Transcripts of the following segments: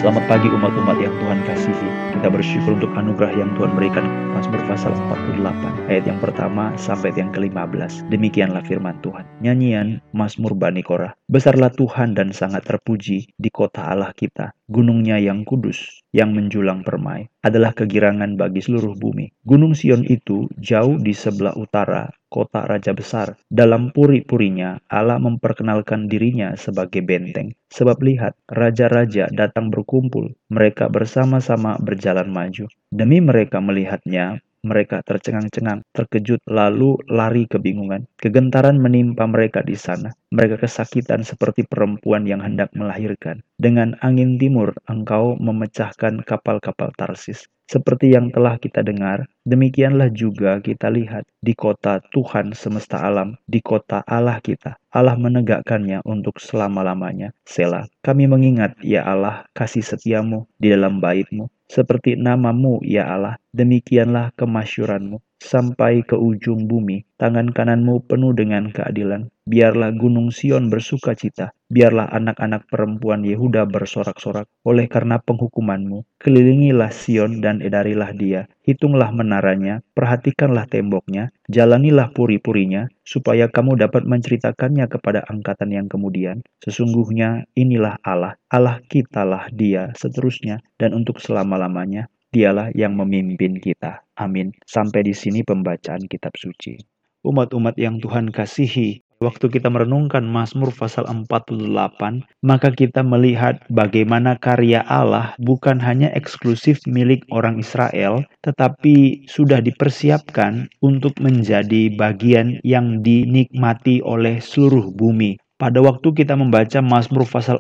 Selamat pagi umat-umat yang Tuhan kasihi. Kita bersyukur untuk anugerah yang Tuhan berikan. Mazmur pasal 48, ayat yang pertama sampai yang ke-15. Demikianlah firman Tuhan. Nyanyian Mazmur Bani Korah. Besarlah Tuhan dan sangat terpuji di kota Allah kita. Gunungnya yang kudus, yang menjulang permai, adalah kegirangan bagi seluruh bumi. Gunung Sion itu jauh di sebelah utara, kota raja besar. Dalam puri-purinya, Allah memperkenalkan dirinya sebagai benteng. Sebab lihat, raja-raja datang berkumpul, mereka bersama-sama berjalan maju. Demi mereka melihatnya, mereka tercengang-cengang, terkejut, lalu lari kebingungan. Kegentaran menimpa mereka di sana. Mereka kesakitan seperti perempuan yang hendak melahirkan. Dengan angin timur, engkau memecahkan kapal-kapal Tarsis. Seperti yang telah kita dengar, demikianlah juga kita lihat di kota Tuhan semesta alam, di kota Allah kita. Allah menegakkannya untuk selama-lamanya. Selah. Kami mengingat, ya Allah, kasih setiamu di dalam bait-Mu. Seperti namamu, ya Allah, demikianlah kemasyuran-Mu. Sampai ke ujung bumi, tangan kananmu penuh dengan keadilan. Biarlah gunung Sion bersuka cita. Biarlah anak-anak perempuan Yehuda bersorak-sorak oleh karena penghukuman-Mu. Kelilingilah Sion dan edarilah dia. Hitunglah menaranya, perhatikanlah temboknya, jalanilah puri-purinya, supaya kamu dapat menceritakannya kepada angkatan yang kemudian. Sesungguhnya inilah Allah, Allah kitalah dia seterusnya dan untuk selama-lamanya. Dialah yang memimpin kita. Amin. Sampai di sini pembacaan kitab suci. Umat-umat yang Tuhan kasihi, waktu kita merenungkan Mazmur pasal 48, maka kita melihat bagaimana karya Allah bukan hanya eksklusif milik orang Israel, tetapi sudah dipersiapkan untuk menjadi bagian yang dinikmati oleh seluruh bumi. Pada waktu kita membaca Mazmur pasal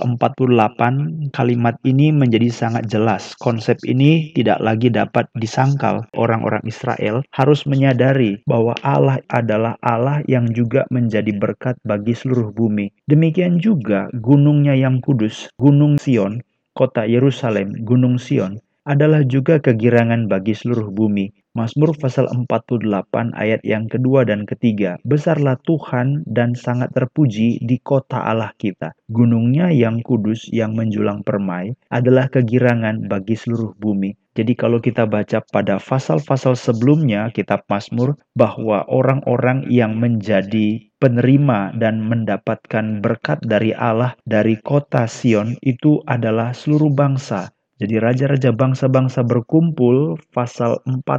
48, kalimat ini menjadi sangat jelas. Konsep ini tidak lagi dapat disangkal. Orang-orang Israel harus menyadari bahwa Allah adalah Allah yang juga menjadi berkat bagi seluruh bumi. Demikian juga gunungnya yang kudus, Gunung Sion, kota Yerusalem, Gunung Sion, adalah juga kegirangan bagi seluruh bumi. Mazmur pasal 48 ayat yang kedua dan ketiga. Besarlah Tuhan dan sangat terpuji di kota Allah kita. Gunungnya yang kudus yang menjulang permai adalah kegirangan bagi seluruh bumi. Jadi kalau kita baca pada pasal-pasal sebelumnya kitab Mazmur, bahwa orang-orang yang menjadi penerima dan mendapatkan berkat dari Allah dari kota Sion itu adalah seluruh bangsa. Jadi raja-raja bangsa-bangsa berkumpul, pasal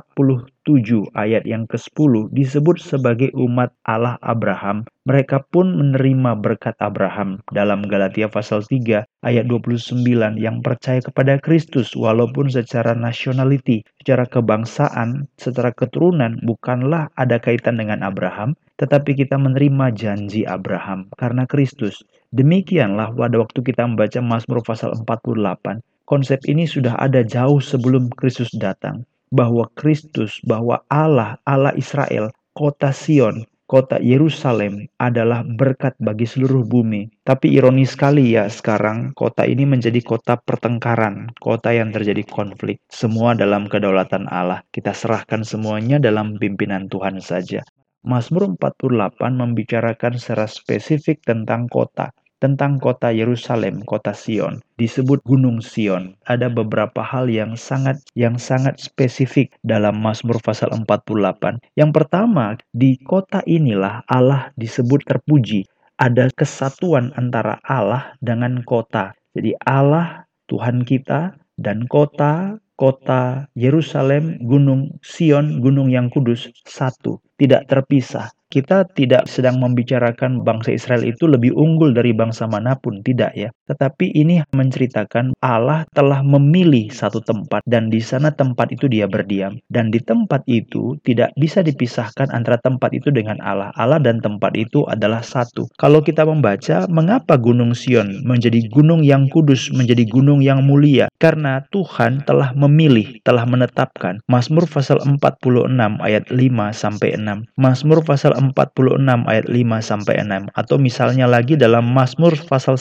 47 ayat yang ke-10 disebut sebagai umat Allah Abraham. Mereka pun menerima berkat Abraham dalam Galatia pasal 3 ayat 29 yang percaya kepada Kristus walaupun secara nationality, secara kebangsaan, secara keturunan bukanlah ada kaitan dengan Abraham, tetapi kita menerima janji Abraham karena Kristus. Demikianlah pada waktu kita membaca Mazmur pasal 48, konsep ini sudah ada jauh sebelum Kristus datang. Bahwa Kristus, bahwa Allah Israel, kota Sion, kota Yerusalem adalah berkat bagi seluruh bumi. Tapi ironis sekali ya, sekarang kota ini menjadi kota pertengkaran, kota yang terjadi konflik. Semua dalam kedaulatan Allah. Kita serahkan semuanya dalam pimpinan Tuhan saja. Mazmur 48 membicarakan secara spesifik tentang kota Yerusalem, kota Sion. Disebut Gunung Sion. Ada beberapa hal yang sangat spesifik dalam Mazmur pasal 48. Yang pertama, di kota inilah Allah disebut terpuji. Ada kesatuan antara Allah dengan kota. Jadi Allah, Tuhan kita, dan kota Yerusalem, Gunung Sion, Gunung yang Kudus, satu, tidak terpisah. Kita tidak sedang membicarakan bangsa Israel itu lebih unggul dari bangsa manapun, tidak ya. Tetapi ini menceritakan Allah telah memilih satu tempat dan di sana tempat itu dia berdiam. Dan di tempat itu tidak bisa dipisahkan antara tempat itu dengan Allah. Allah dan tempat itu adalah satu. Kalau kita membaca, mengapa Gunung Sion menjadi gunung yang kudus, menjadi gunung yang mulia? Karena Tuhan telah memilih, telah menetapkan. Mazmur pasal 46 ayat 5-6. Mazmur pasal 46 ayat 5-6, atau misalnya lagi dalam Mazmur pasal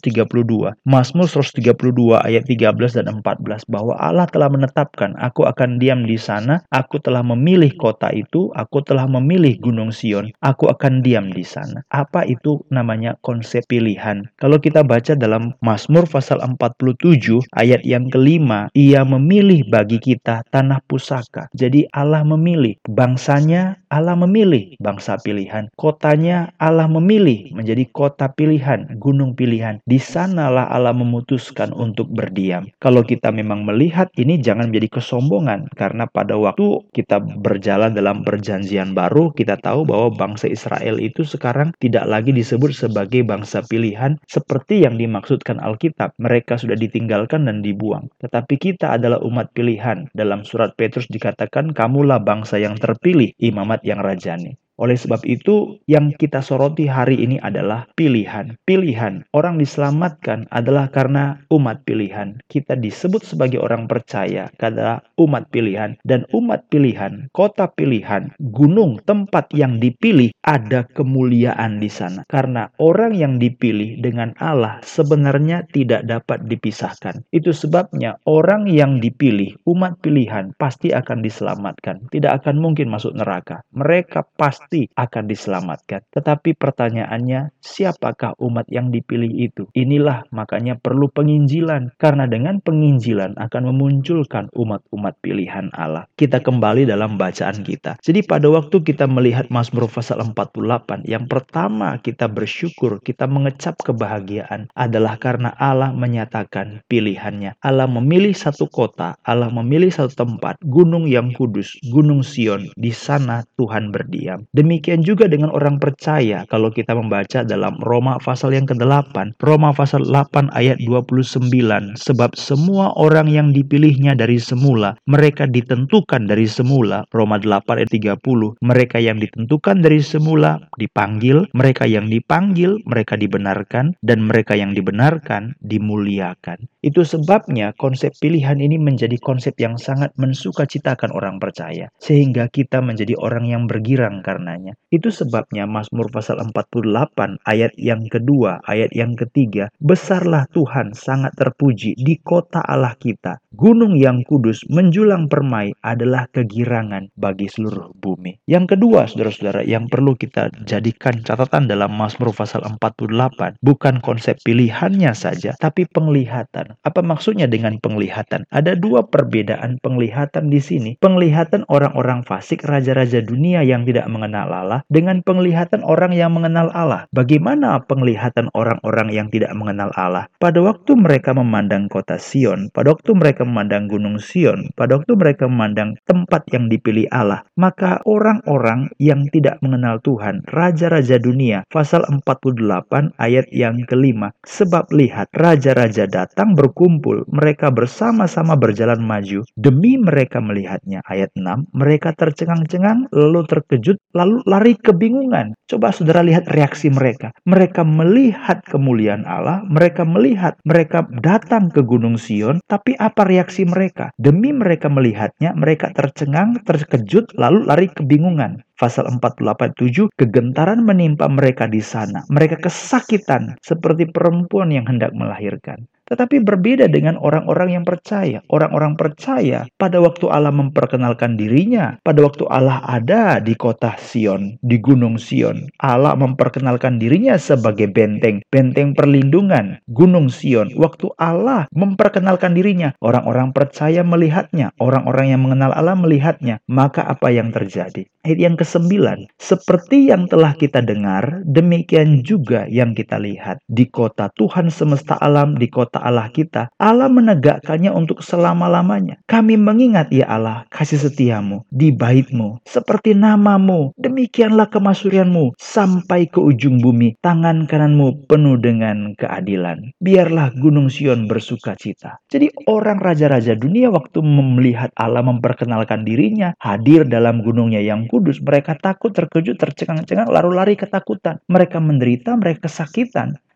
132. Mazmur 132 ayat 13 dan 14, bahwa Allah telah menetapkan, aku akan diam di sana, aku telah memilih kota itu, aku telah memilih gunung Sion, aku akan diam di sana. Apa itu namanya konsep pilihan? Kalau kita baca dalam Mazmur pasal 47 ayat yang kelima, ia memilih bagi kita tanah pusaka. Jadi Allah memilih bangsanya, Allah memilih bangsa pilihan. Kotanya Allah memilih menjadi kota pilihan, gunung pilihan. Di sanalah Allah memutuskan untuk berdiam. Kalau kita memang melihat ini, jangan menjadi kesombongan, karena pada waktu kita berjalan dalam perjanjian baru, kita tahu bahwa bangsa Israel itu sekarang tidak lagi disebut sebagai bangsa pilihan seperti yang dimaksudkan Alkitab. Mereka sudah ditinggalkan dan dibuang. Tetapi kita adalah umat pilihan. Dalam surat Petrus dikatakan, kamulah bangsa yang terpilih, imamat yang rajani. Oleh sebab itu, yang kita soroti hari ini adalah pilihan. Pilihan. Orang diselamatkan adalah karena umat pilihan. Kita disebut sebagai orang percaya karena umat pilihan. Dan umat pilihan, kota pilihan, gunung, tempat yang dipilih, ada kemuliaan di sana. Karena orang yang dipilih dengan Allah sebenarnya tidak dapat dipisahkan. Itu sebabnya orang yang dipilih, umat pilihan, pasti akan diselamatkan. Tidak akan mungkin masuk neraka. Mereka pasti akan diselamatkan. Tetapi pertanyaannya, siapakah umat yang dipilih itu? Inilah makanya perlu penginjilan. Karena dengan penginjilan akan memunculkan umat-umat pilihan Allah. Kita kembali dalam bacaan kita. Jadi pada waktu kita melihat Mazmur pasal 48, yang pertama kita bersyukur, kita mengecap kebahagiaan adalah karena Allah menyatakan pilihannya. Allah memilih satu kota, Allah memilih satu tempat, gunung yang kudus, gunung Sion. Di sana Tuhan berdiam. Demikian juga dengan orang percaya. Kalau kita membaca dalam Roma pasal yang ke-8, Roma pasal 8 ayat 29, sebab semua orang yang dipilihnya dari semula, mereka ditentukan dari semula. Roma 8 ayat 30, mereka yang ditentukan dari semula dipanggil, mereka yang dipanggil mereka dibenarkan, dan mereka yang dibenarkan dimuliakan. Itu sebabnya konsep pilihan ini menjadi konsep yang sangat mensukacitakan orang percaya, sehingga kita menjadi orang yang bergirang karenanya. Itu sebabnya Mazmur pasal 48 ayat yang kedua, ayat yang ketiga, besarlah Tuhan sangat terpuji di kota Allah kita, gunung yang kudus menjulang permai adalah kegirangan bagi seluruh bumi. Yang kedua, saudara-saudara, yang perlu kita jadikan catatan dalam Mazmur pasal 48, bukan konsep pilihannya saja, tapi penglihatan. Apa maksudnya dengan penglihatan? Ada dua perbedaan penglihatan di sini. Penglihatan orang-orang fasik, raja-raja dunia yang tidak mengenal Allah, dengan penglihatan orang yang mengenal Allah. Bagaimana penglihatan orang-orang yang tidak mengenal Allah? Pada waktu mereka memandang kota Sion, pada waktu mereka memandang gunung Sion, pada waktu mereka memandang tempat yang dipilih Allah, maka orang-orang yang tidak mengenal Tuhan, raja-raja dunia, pasal 48 ayat yang kelima, sebab lihat, raja-raja datang berkumpul, mereka bersama-sama berjalan maju, demi mereka melihatnya. Ayat 6, mereka tercengang-cengang, lalu terkejut, lalu lari kebingungan. Coba saudara lihat reaksi mereka. Mereka melihat kemuliaan Allah, mereka melihat, mereka datang ke gunung Sion, tapi apa reaksi mereka? Demi mereka melihatnya, mereka tercengang, terkejut, lalu lari kebingungan. Pasal 48:7, kegentaran menimpa mereka di sana. Mereka kesakitan seperti perempuan yang hendak melahirkan. Tetapi berbeda dengan orang-orang yang percaya. Orang-orang percaya pada waktu Allah memperkenalkan dirinya, pada waktu Allah ada di kota Sion, di gunung Sion, Allah memperkenalkan dirinya sebagai benteng, benteng perlindungan, gunung Sion. Waktu Allah memperkenalkan dirinya, orang-orang percaya melihatnya, orang-orang yang mengenal Allah melihatnya. Maka apa yang terjadi? Ayat yang ke-9, seperti yang telah kita dengar, demikian juga yang kita lihat. Di kota Tuhan semesta alam, di kota Allah kita, Allah menegakkannya untuk selama-lamanya. Kami mengingat, ya Allah, kasih setiamu di bait-Mu, seperti namamu, demikianlah kemasyurian-Mu sampai ke ujung bumi. Tangan kanan-Mu penuh dengan keadilan. Biarlah gunung Sion bersuka cita. Jadi orang raja-raja dunia waktu melihat Allah memperkenalkan dirinya, hadir dalam gunungnya yang kudus, mereka takut, terkejut, tercengang-cengang, lalu lari ketakutan. Mereka menderita, mereka kesakitan.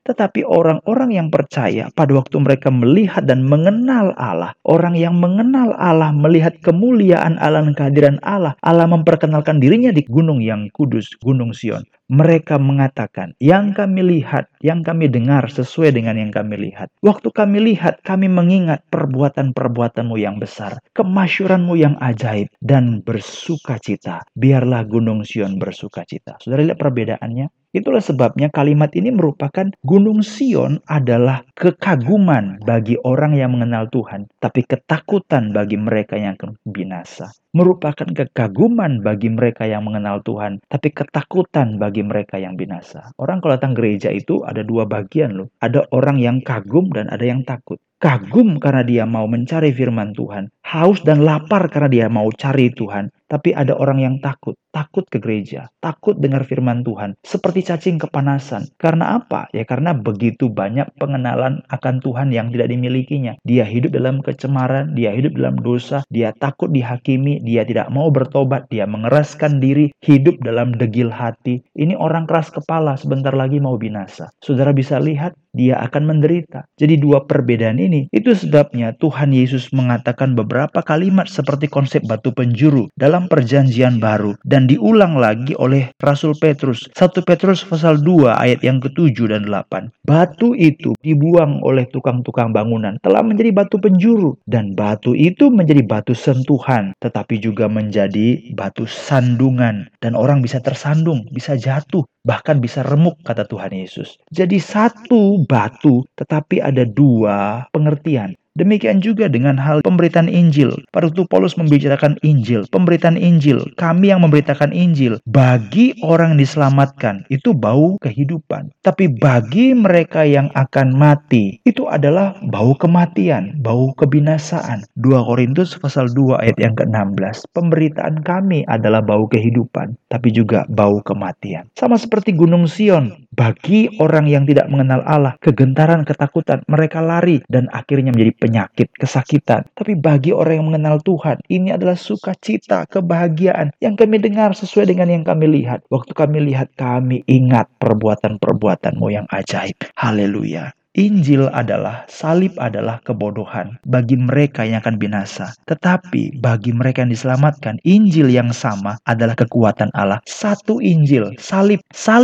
Tetapi orang-orang yang percaya pada waktu mereka melihat dan mengenal Allah, orang yang mengenal Allah, melihat kemuliaan Allah dan kehadiran Allah, Allah memperkenalkan dirinya di gunung yang kudus, Gunung Sion. Mereka mengatakan, yang kami lihat, yang kami dengar sesuai dengan yang kami lihat. Waktu kami lihat, kami mengingat perbuatan-perbuatanmu yang besar, kemasyuranmu yang ajaib, dan bersukacita. Biarlah Gunung Sion bersukacita. Saudara lihat perbedaannya? Itulah sebabnya kalimat ini merupakan Gunung Sion adalah kekaguman bagi orang yang mengenal Tuhan, tapi ketakutan bagi mereka yang akan binasa. Merupakan kekaguman bagi mereka yang mengenal Tuhan, tapi ketakutan bagi mereka yang binasa. Orang kalau datang gereja itu ada dua bagian loh. Ada orang yang kagum dan ada yang takut. Kagum karena dia mau mencari firman Tuhan. Haus dan lapar karena dia mau cari Tuhan. Tapi ada orang yang takut. Takut ke gereja. Takut dengar firman Tuhan. Seperti cacing kepanasan. Karena apa? Ya karena begitu banyak pengenalan akan Tuhan yang tidak dimilikinya. Dia hidup dalam kecemaran. Dia hidup dalam dosa. Dia takut dihakimi. Dia tidak mau bertobat. Dia mengeraskan diri. Hidup dalam degil hati. Ini orang keras kepala. Sebentar lagi mau binasa. Saudara bisa lihat. Dia akan menderita. Jadi dua perbedaan ini. Itu sebabnya Tuhan Yesus mengatakan beberapa kalimat seperti konsep batu penjuru dalam perjanjian baru. Dan diulang lagi oleh Rasul Petrus. 1 Petrus pasal 2 ayat yang ke-7 dan 8. Batu itu dibuang oleh tukang-tukang bangunan. Telah menjadi batu penjuru. Dan batu itu menjadi batu sentuhan. Tetapi juga menjadi batu sandungan. Dan orang bisa tersandung, bisa jatuh. Bahkan bisa remuk, kata Tuhan Yesus. Jadi satu batu, tetapi ada dua pengertian. Demikian juga dengan hal pemberitaan Injil. Pada waktu Paulus membicarakan Injil, pemberitaan Injil, kami yang memberitakan Injil, bagi orang yang diselamatkan, itu bau kehidupan. Tapi bagi mereka yang akan mati, itu adalah bau kematian, bau kebinasaan. 2 Korintus pasal 2 ayat yang ke-16. Pemberitaan kami adalah bau kehidupan, tapi juga bau kematian. Sama seperti Gunung Sion, bagi orang yang tidak mengenal Allah, kegentaran, ketakutan, mereka lari dan akhirnya menjadi penyakit, kesakitan. Tapi bagi orang yang mengenal Tuhan, ini adalah sukacita, kebahagiaan yang kami dengar sesuai dengan yang kami lihat. Waktu kami lihat, kami ingat perbuatan-perbuatanmu yang ajaib. Haleluya. Injil adalah, salib adalah kebodohan bagi mereka yang akan binasa. Tetapi bagi mereka yang diselamatkan, Injil yang sama adalah kekuatan Allah. Satu Injil, salib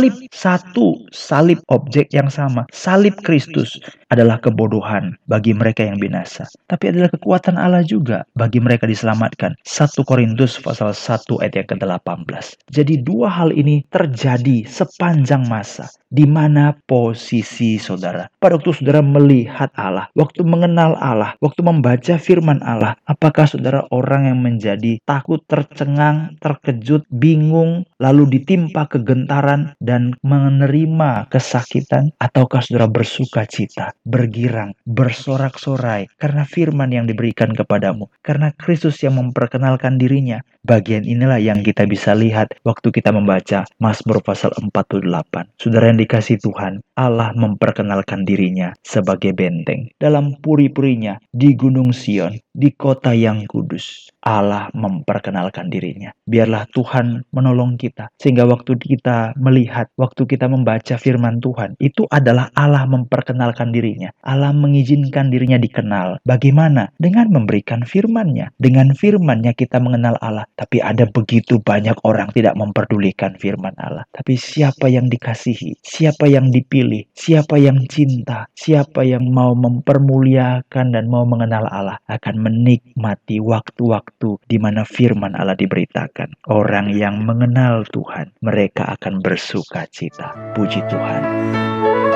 satu, salib objek yang sama. Salib Kristus adalah kebodohan bagi mereka yang binasa. Tapi adalah kekuatan Allah juga bagi mereka diselamatkan. 1 Korintus pasal 1 ayat yang ke-18. Jadi dua hal ini terjadi sepanjang masa. Di mana posisi saudara? Pada waktu saudara melihat Allah, waktu mengenal Allah, waktu membaca firman Allah, apakah saudara orang yang menjadi takut, tercengang, terkejut, bingung, lalu ditimpa kegentaran dan menerima kesakitan? Ataukah saudara bersuka cita, bergirang, bersorak-sorai karena firman yang diberikan kepadamu, karena Kristus yang memperkenalkan dirinya? Bagian inilah yang kita bisa lihat waktu kita membaca Mazmur pasal 48. Saudara yang dikasih Tuhan, Allah memperkenalkan dirinya sebagai benteng. Dalam puri-purinya di Gunung Sion, di kota yang kudus, Allah memperkenalkan dirinya. Biarlah Tuhan menolong kita, sehingga waktu kita melihat, waktu kita membaca firman Tuhan, itu adalah Allah memperkenalkan dirinya. Allah mengizinkan dirinya dikenal. Bagaimana? Dengan memberikan firman-Nya. Dengan firman-Nya kita mengenal Allah. Tapi ada begitu banyak orang tidak memperdulikan firman Allah. Tapi siapa yang dikasihi, siapa yang dipilih, siapa yang cinta, siapa yang mau mempermuliakan dan mau mengenal Allah, akan menikmati waktu-waktu di mana firman Allah diberitakan. Orang yang mengenal Tuhan, mereka akan bersuka cita. Puji Tuhan.